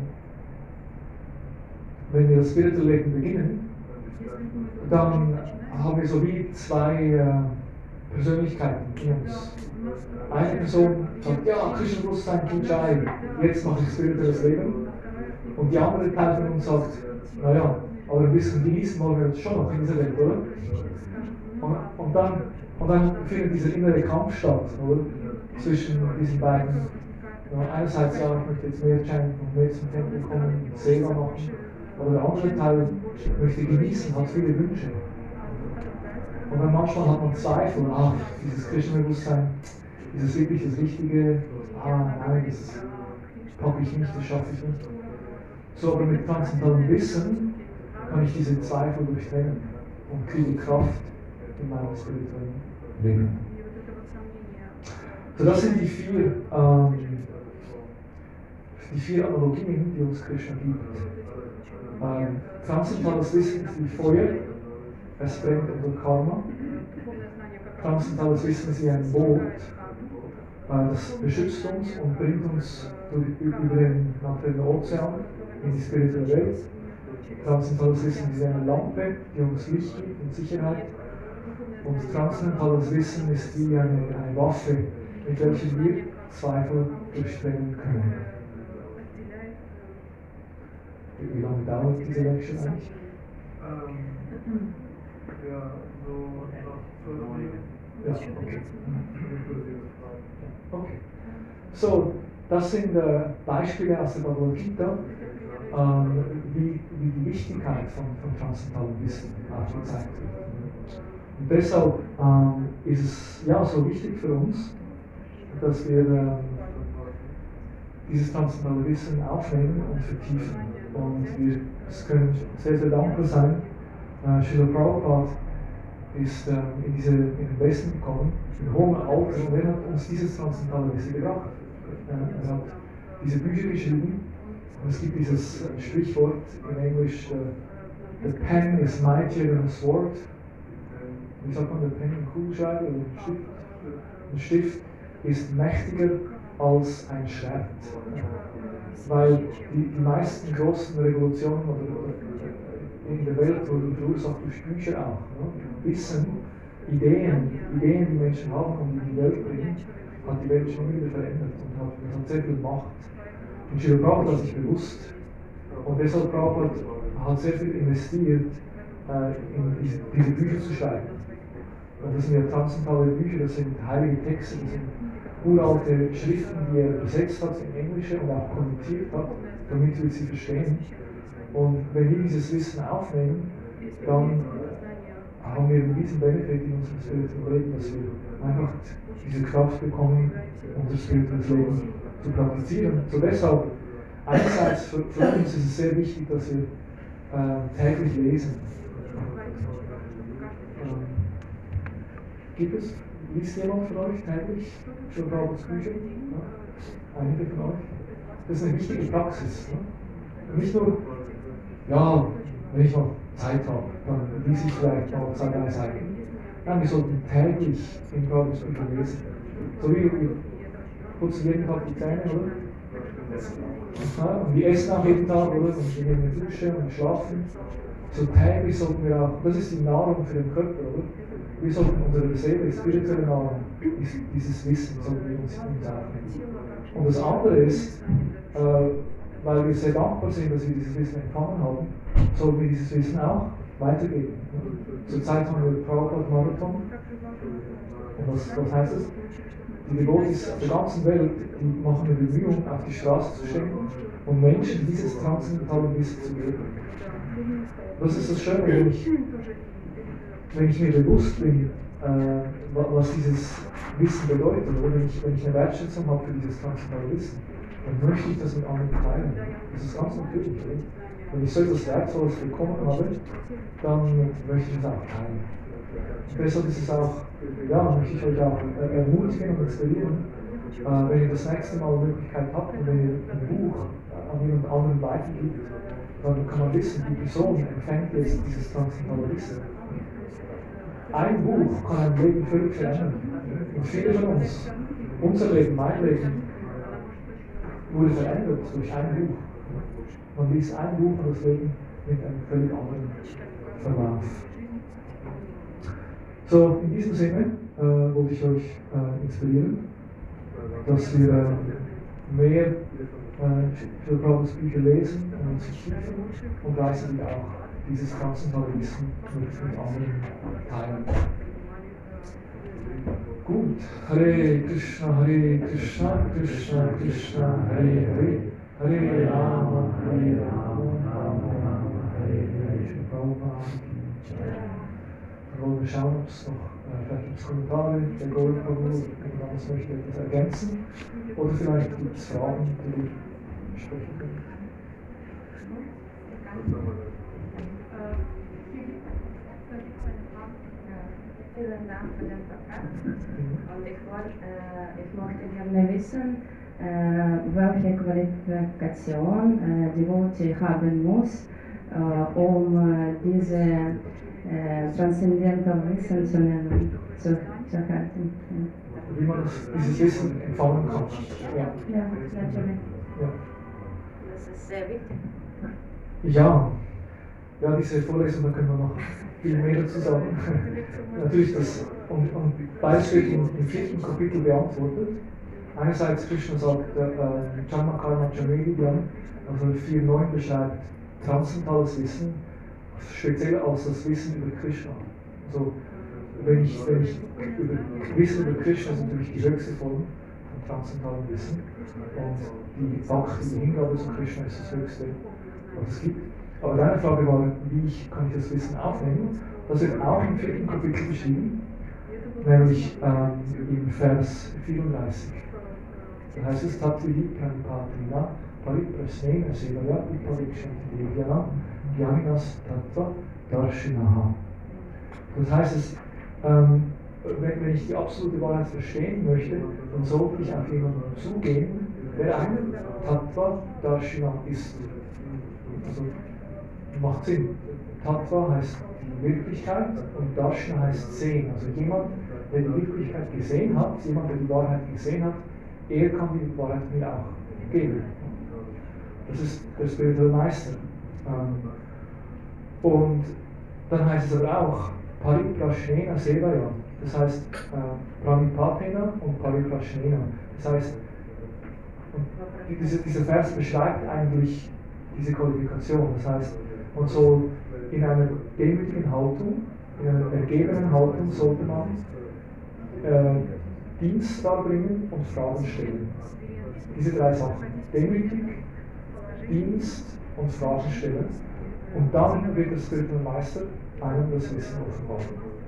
wenn wir das spirituelle Leben beginnen, dann haben wir so wie zwei äh, Persönlichkeiten in uns. Eine Person sagt, ja, Krishna-Bewusstsein, Kinchai, jetzt mache ich spirituelles Leben. Und die andere Teil von uns sagt, naja, aber ein bisschen genießen wollen wir jetzt schon noch in dieser Welt, oder? Und, und, dann, und dann findet dieser innere Kampf statt, oder? Zwischen diesen beiden. Ja, einerseits, ja, ich möchte jetzt mehr chanten und mehr zum Tempel kommen, Seva machen. Aber der andere Teil möchte genießen, hat viele Wünsche. Und dann manchmal hat man Zweifel, ah, dieses Krishna-Bewusstsein, ist es wirklich das Richtige? Ah, nein, das packe ich nicht, das schaffe ich nicht. So, aber mit transzendentalem Wissen kann ich diese Zweifel durchtrennen und kriege Kraft in meinem spirituellen Leben. So, das sind die vier, ähm, die vier Analogien, die uns Krishna gibt. Ähm, transzendentales Wissen ist wie Feuer, es brennt unser Karma. Transzendentales Wissen ist wie ein Boot, äh, das beschützt uns und bringt uns durch, über den materiellen Ozean in die spirituelle Welt. Transzendentales Wissen ist wie eine Lampe, die uns Licht gibt und Sicherheit. Und transzendentales Wissen ist wie eine, eine Waffe, mit welcher wir Zweifel durchtrennen können. Wie lange dauert diese Lecture eigentlich? Ähm, ja, so nach zwölf Minuten. Ja, okay. Okay. So, das sind äh, Beispiele aus der Bhagavad Gita, ähm, wie, wie die Wichtigkeit von, von transzendentalem Wissen aufgezeigt wird. Und deshalb ähm, ist es ja so wichtig für uns, dass wir ähm, dieses transzendentale Wissen aufnehmen und vertiefen. Und wir es können sehr, sehr dankbar sein. Äh, Srila Prabhupada ist äh, in, diese, in den Westen gekommen, in hohem Alter, und er hat uns dieses transzendentale Wissen gebracht. Äh, er hat diese Bücher geschrieben, und es gibt dieses äh, Sprichwort in Englisch, äh, the pen is mightier than a sword. Wie sagt man, der Pen, ein Kugelschreiber oder ein Stift? Ein Stift ist mächtiger als ein Schwert. Weil die, die meisten großen Revolutionen oder, oder in der Welt wurden verursacht durch Bücher auch. Ne? Wissen, Ideen, Ideen, die Menschen haben und die die Welt bringen, hat die Welt schon wieder verändert und hat, hat sehr viel Macht. Und Srila Prabhupada hat sich bewusst, und deshalb Prabhupada hat sehr viel investiert, äh, in diese, diese Bücher zu schreiben. Und das sind ja transzendentale Bücher, das sind heilige Texte, das sind uralte Schriften, die er übersetzt hat in Englische und auch kommentiert hat, damit wir sie verstehen. Und wenn wir dieses Wissen aufnehmen, dann haben wir diesen Benefit in unserem spirituellen Leben, dass wir einfach diese Kraft bekommen, unser spirituelles Leben zu praktizieren. So deshalb, einerseits für, für uns ist es sehr wichtig, dass wir äh, täglich lesen. Ähm, gibt es, liest jemand von euch täglich schon Prabhupads Bücher? Ja? Einige von euch? Das ist eine wichtige Praxis. Ne? Nicht nur, ja, wenn ich noch Zeit habe, dann lese ich vielleicht mal zwei, drei Seiten. Nein, wir sollten täglich in Prabhupads Bücher lesen. So wie wir putzen jeden Tag die Zähne, oder? Ja, und wir essen auch jeden Tag, oder? Und wir gehen in die Dusche und schlafen. So täglich sollten wir auch, das ist die Nahrung für den Körper, oder? Wir sollten unsere Seele, spirituelle Nahrung, dieses Wissen sollten wir uns, uns aufnehmen. Und das andere ist, äh, weil wir sehr dankbar sind, dass wir dieses Wissen empfangen haben, sollten wir dieses Wissen auch weitergeben. Zurzeit haben wir Prabhupada Marathon. Und was, was heißt das? Die Devotees auf der ganzen Welt, die machen eine Bemühung, auf die Straße zu stehen und Menschen dieses transzendentale Wissen zu geben. Das ist das Schöne, wenn ich, wenn ich mir bewusst bin, äh, was dieses Wissen bedeutet, oder wenn ich, wenn ich eine Wertschätzung habe für dieses transzendentale Wissen, dann möchte ich das mit anderen teilen. Das ist ganz natürlich. Oder? Wenn ich so etwas Wertvolles bekommen habe, dann möchte ich es auch teilen. Und deshalb ist es auch, ja, möchte ich euch auch ermutigen und inspirieren, äh, wenn ihr das nächste Mal die Möglichkeit habt und wenn ihr ein Buch an jemand anderen weitergibt, dann kann man wissen, die Person empfängt jetzt dieses transzendentale Wissen. Ein Buch kann ein Leben völlig verändern. Und viele von uns, unser Leben, mein Leben, wurde verändert durch ein Buch. Man liest ein Buch und das Leben mit einem völlig anderen Verlauf. So, in diesem Sinne äh, wollte ich euch äh, inspirieren, dass wir äh, mehr äh, für Prabhupads Bücher lesen und uns vertiefen und gleichzeitig auch dieses transzendentale Wissen mit, mit anderen teilen. Gut, Hare Krishna, Hare Krishna, Krishna Krishna, Hare Hare, Hare Rama, Hare Rama, Rama Rama, Hare Hare. Prabhupada. Wir wollen schauen, ob es noch äh, vielleicht gibt es Kommentare, der Golden Prabhu, jemand anderes möchte etwas ergänzen oder vielleicht gibt es Fragen, die wir besprechen können. Vielen Dank für den Vortrag. Und ich, wollte, äh, ich möchte gerne wissen, äh, welche Qualifikation äh, die Devotee haben muss, äh, um äh, diese äh, transzendentale Wissen zu, nehmen, zu, zu erhalten. Ja. Wie man das, dieses Wissen empfangen kann. Ja, ja natürlich. Ja. Das ist sehr wichtig. Ja, ja, diese Vorlesung, da können wir noch viel mehr dazu sagen. Natürlich, das, und, und beides wird im, im vierten Kapitel beantwortet. Einerseits Krishna sagt, äh, Janma Karma Jamediyam, also vier Komma neun beschreibt transzendentales Wissen, speziell als das Wissen über Krishna. Also, wenn ich, wenn ich über Wissen über Krishna ist natürlich die höchste Form von transzendentalem Wissen. Und die Bhakti, die Hingabe zu Krishna ist das höchste, was es gibt. Aber deine Frage war, wie ich, kann ich das Wissen aufnehmen? Das wird auch im vierten Kapitel beschrieben, nämlich ähm, im Vers vierunddreißig. Da heißt es, Tatvihi Pranipatina Pariprasnena Sevaya Upadikshanti Devyana Jnaninas Tattva Darshinaha. Das heißt, es, ähm, wenn, wenn ich die absolute Wahrheit verstehen möchte, dann sollte ich auf jemanden zugehen, der ein Tattva Darshina ist. Also macht Sinn. Tattva heißt die Wirklichkeit und Darshana heißt sehen. Also jemand, der die Wirklichkeit gesehen hat, jemand, der die Wahrheit gesehen hat, er kann die Wahrheit mir auch geben. Das ist der spirituelle Meister. Und dann heißt es aber auch Pariprashnena Sevaya. Das heißt äh, Pranipatena und Pariprashnena. Das heißt, diese, dieser Vers beschreibt eigentlich diese Qualifikation. Das heißt, man soll in einer demütigen Haltung, in einer ergebenen Haltung, sollte man äh, Dienst darbringen und Fragen stellen. Diese drei Sachen. Demütig, Dienst und Fragen stellen. Und dann wird der spirituelle Meister einem das Wissen offenbaren.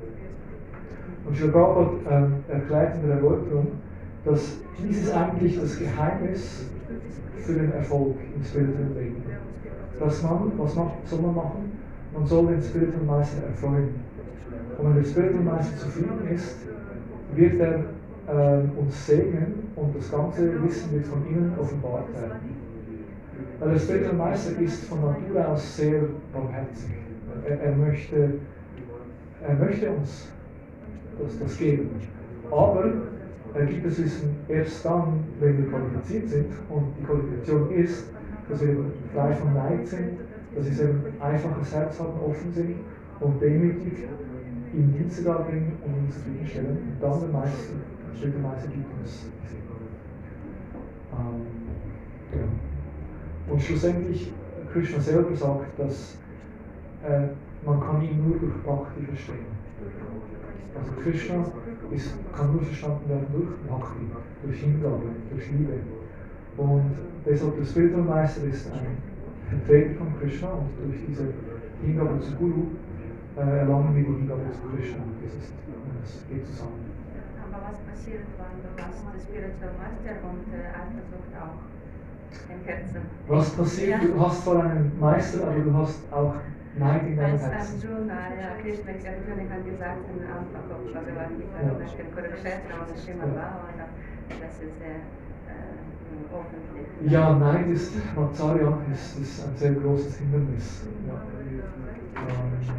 Und Srila Prabhupada äh, erklärt in der Erläuterung, dass dieses eigentlich das Geheimnis für den Erfolg im spirituellen Leben. Dass man, was macht, soll man machen? Man soll den spirituellen Meister erfreuen. Und wenn der spirituelle Meister zufrieden ist, wird er äh, uns segnen und das ganze Wissen wird von innen offenbart werden. Weil der spirituelle Meister ist von Natur aus sehr barmherzig. Er, er, möchte, er möchte uns das, das geben. Aber er gibt das Wissen erst dann, wenn wir qualifiziert sind. Und die Qualifikation ist, dass wir frei von Neid sind, dass wir ein einfaches Herz haben, offen sind und demütig ihm Dienste darbringen und ihn zufriedenstellen. Und dann der Meister, der spirituelle Meister gibt uns diese. Ähm, ja. Und schlussendlich, Krishna selber sagt, dass äh, man kann ihn nur durch Bhakti verstehen. Also Krishna ist, kann nur verstanden werden durch Bhakti, durch Hingabe, durch Liebe. Und deshalb der Spiritual Meister ist ein Vertreter von Krishna und durch diese Hingabe zu Guru äh, erlangen wir die Hingabe zu Krishna. Das, ist, das geht zusammen. Aber was passiert, wenn du hast den Spiritual Meister und äh, Eifersucht auch im Herzen? Was passiert? Ja. Du hast zwar einen Meister, aber du hast auch Neid in deinem Herzen. Arjuna, ja, Krishna Arjuna hat gesagt in Anfang von Bhagavad Gita, nach dem Kurukshetra und Srimad Bhagavatam, das ist sehr äh, öffentlich. Ja, Neid ist, Matsarya ist, ist ein sehr großes Hindernis. Ja. Ähm,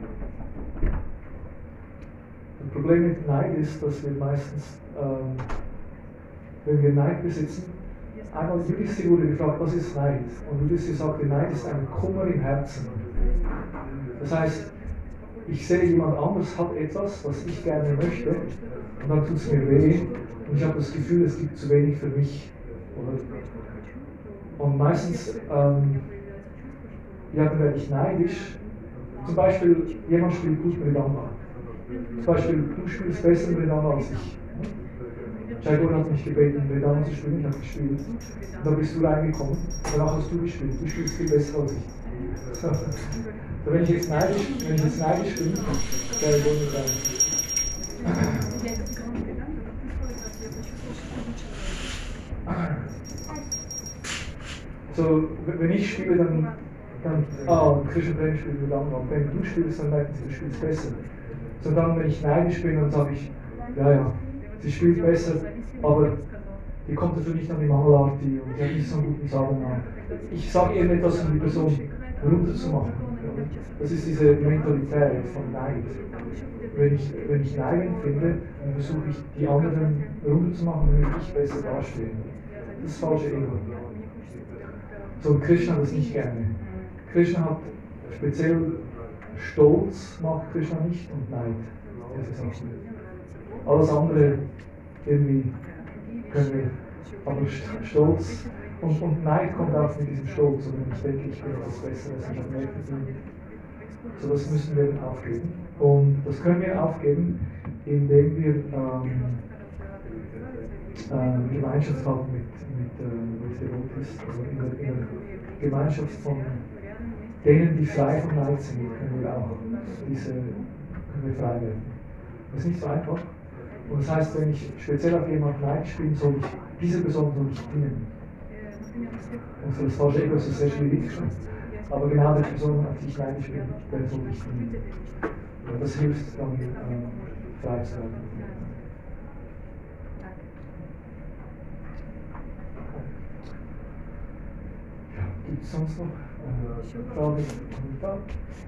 das Problem mit Neid ist, dass wir meistens, ähm, wenn wir Neid besitzen, einmal Yudhishthira wurde gefragt, was ist Neid? Und Yudhishthira sagte, Neid ist ein Kummer im Herzen. Das heißt, ich sehe, jemand anders hat etwas, was ich gerne möchte, und dann tut es mir weh, und ich habe das Gefühl, es gibt zu wenig für mich. Oder? Und meistens ähm, ja, dann werde ich neidisch. Zum Beispiel, jemand spielt gut Mridanga. Zum Beispiel, du spielst besser Mridanga als ich. Jaigor hat mich gebeten, Mridanga zu spielen, ich habe gespielt. Und dann bist du reingekommen, danach hast du gespielt, du spielst viel besser als ich. So. So, wenn ich jetzt neidisch, wenn ich jetzt neidisch bin, wäre ich wohl nicht rein. So, wenn ich spiele, dann, dann ah, Krishna Prem spielt mit anderen. Wenn du spielst, dann merken sie, du spielst besser. So, dann, wenn ich neidisch bin, dann sage ich, ja, ja, sie spielt besser, aber die kommt dafür nicht an die Mangalarti und sie hat nicht so einen guten Sadhana. Ich sage irgendetwas, um die Person runterzumachen. Das ist diese Mentalität von Neid. Wenn ich, wenn ich Neid empfinde, dann versuche ich, die anderen runterzumachen, damit ich besser dastehe. Das ist falsche Ego. So, Krishna hat das nicht gerne. Krishna hat speziell Stolz, mag Krishna nicht, und Neid. Das ist auch nicht. Alles andere irgendwie können wir, aber Stolz und, und Neid kommt auch mit diesem Stolz, und wenn ich denke, ich bin etwas Besseres, ich habe mehr verdient. So, das müssen wir aufgeben. Und das können wir aufgeben, indem wir ähm, äh, Gemeinschaft haben mit, mit, äh, mit Devotees, also in der, in der Gemeinschaft von denen, die frei von Neid sind, können wir auch diese, können wir frei werden. Das ist nicht so einfach. Und das heißt, wenn ich speziell auf jemanden neidisch bin, soll ich diese Person soll ich dienen. Und für das falsche Ego ist es sehr schwierig. aber genau der Person, auf die ich neidisch bin, der soll ich lieben. Und das hilft dann, ähm, frei zu werden. Ja, gibt es sonst noch äh, Fragen, Kommentare?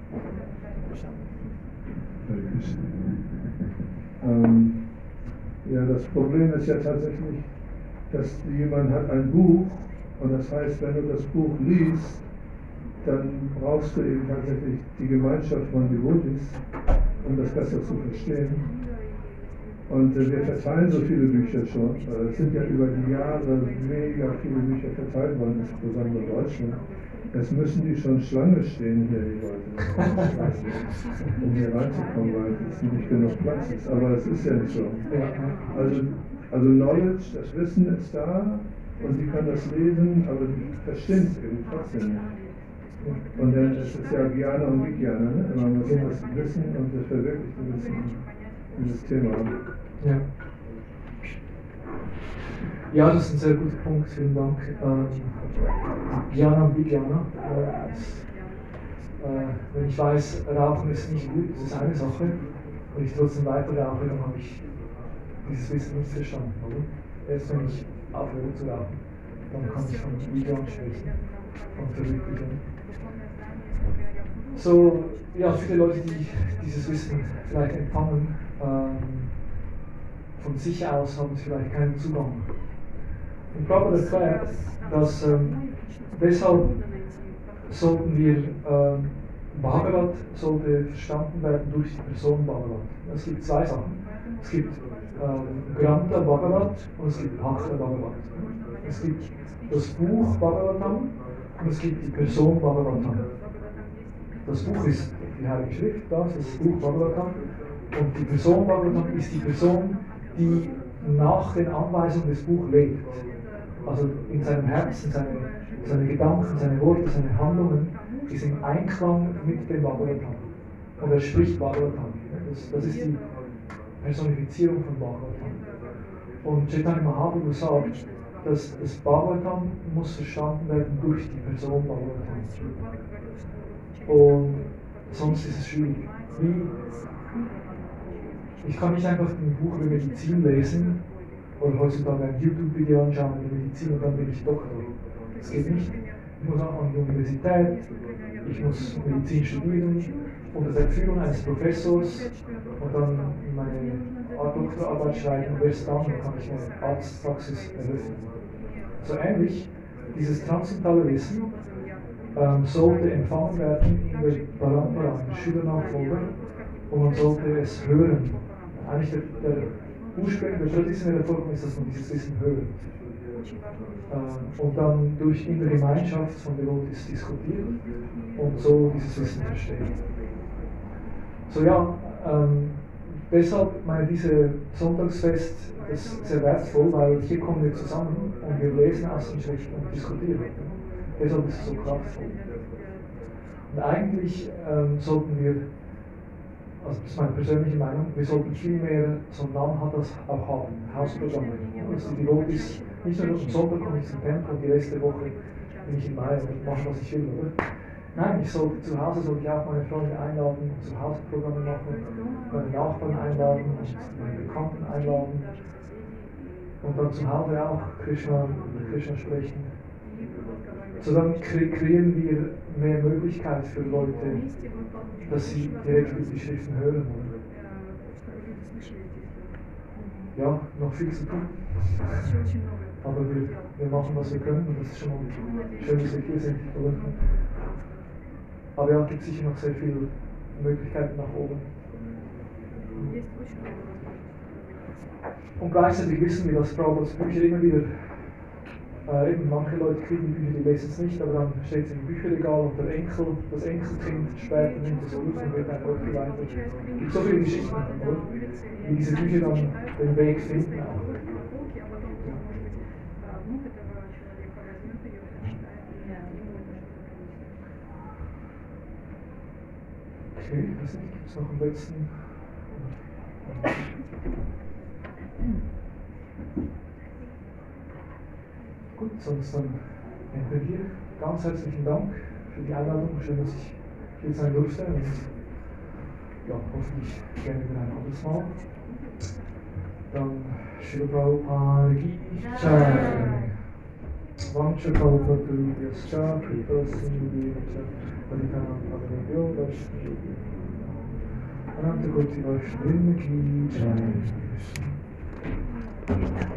Ähm, ja, das Problem ist ja tatsächlich, dass jemand hat ein Buch und das heißt, wenn du das Buch liest, dann brauchst du eben tatsächlich die Gemeinschaft von Devotis, um das besser zu verstehen. Und äh, wir verteilen so viele Bücher schon. Äh, es sind ja über die Jahre mega viele Bücher verteilt worden, insbesondere in Deutschland. Jetzt müssen die schon Schlange stehen hier, die Leute, um hier reinzukommen, weil es nicht genug Platz ist. Aber es ist ja nicht so. Also, also Knowledge, das Wissen ist da und sie kann das lesen, aber sie verstehen es eben trotzdem nicht. Und dann ist es ja Jnana und Vijnana, ne? Man muss das Wissen und das verwirklichte Wissen, dieses Thema. Ja. Ja, das ist ein sehr guter Punkt, vielen Dank. Ähm, Jnana und Vijnana. Äh, äh, wenn ich weiß, Rauchen ist nicht gut, das ist eine Sache. Und ich trotzdem weiter rauche, dann habe ich dieses Wissen nicht verstanden, oder? Erst wenn ich aufhöre zu rauchen, dann kann ich von Vijnana sprechen, von Verwirklichung. So, ja, viele Leute, die dieses Wissen vielleicht empfangen, ähm, von sich aus haben sie vielleicht keinen Zugang. Und Prabhupada erklärt, dass ähm, deshalb sollten wir, ähm, Bhagavat sollte verstanden werden durch die Person Bhagavat. Es gibt zwei Sachen. Es gibt ähm, Grantha Bhagavat und es gibt Bhakta Bhagavat. Es gibt das Buch Bhagavatam und es gibt die Person Bhagavatam. Das Buch ist die Heilige Schrift, das ist das Buch Bhagavatam. Und die Person Bhagavatam ist die Person, die nach den Anweisungen des Buchs lebt. Also in seinem Herzen, seine, seine Gedanken, seine Worte, seine Handlungen ist im Einklang mit dem Bhagavatam. Und er spricht Bhagavatam. Das, das ist die Personifizierung von Bhagavatam. Und Chaitanya Mahaprabhu sagt, dass das Bhagavatam muss verstanden werden durch die Person Bhagavatam. Und sonst ist es schwierig. Wie, ich kann nicht einfach ein Buch über Medizin lesen oder heutzutage ein YouTube-Video anschauen über Medizin und dann bin ich Doktor. Das geht nicht. Ich muss auch an die Universität, ich muss Medizin studieren, unter der Führung eines Professors und dann meine Doktorarbeit schreiben und erst dann kann ich eine Arztpraxis eröffnen. So ähnlich, dieses transzendentale Wissen ähm, sollte empfangen werden in der Parampara, in der Schülernachfolge, und man sollte es hören. Eigentlich der, der Ursprung der traditionelle Form ist, dass man dieses Wissen hört. Ähm, und dann durch in der Gemeinschaft von Devotis diskutiert und so dieses Wissen versteht. So ja, ähm, deshalb meine diese Sonntagsfest ist sehr wertvoll, weil hier kommen wir zusammen und wir lesen aus den Schriften und diskutieren. Deshalb ist es so kraftvoll. Und eigentlich ähm, sollten wir, also das ist meine persönliche Meinung, wir sollten viel mehr so einen Namen hat das auch haben, Hausprogramme. Dass die Devotis nicht nur am Sonntag komme ich zum Tempel und die letzte Woche bin ich in Mai und mache, was ich will, oder? Nein, ich sollte zu Hause sollte ich auch meine Freunde einladen und zu Hause Programme machen, meine Nachbarn einladen und meine Bekannten einladen und dann zu Hause auch Krishna, Krishna sprechen. So dann kre kreieren wir mehr Möglichkeit für Leute, dass sie direkt die Schriften hören. Ja, noch viel zu tun. Aber wir, wir machen, was wir können und das ist schon mal schön, dass wir hier sind. Aber ja, es gibt sicher noch sehr viele Möglichkeiten nach oben. Und gleichzeitig wissen wir, dass Prabhupads Bücher immer wieder, äh, eben manche Leute kriegen die Bücher, die lesen es nicht, aber dann steht es im Bücherregal und der Enkel, das Enkelkind später nimmt es auf und wird ein Gott weiter. Es gibt so viele Geschichten, oder? Wie diese Bücher dann den Weg finden auch. Okay, ich weiß nicht, gibt es noch einen letzten? Gut, sonst dann enden wir hier. Ganz herzlichen Dank für die Einladung. Schön, dass ich hier sein durfte und ja, hoffentlich gerne wieder ein anderes Mal. Dann Srila Prabhupada Ki Jai. Vancha Kalpatarubhyascha Kripa Sindhubhyascha Paditanam Pavanebhyo Vaishnavebhyo Ananta Koti Vaishnavendra Ki Jai.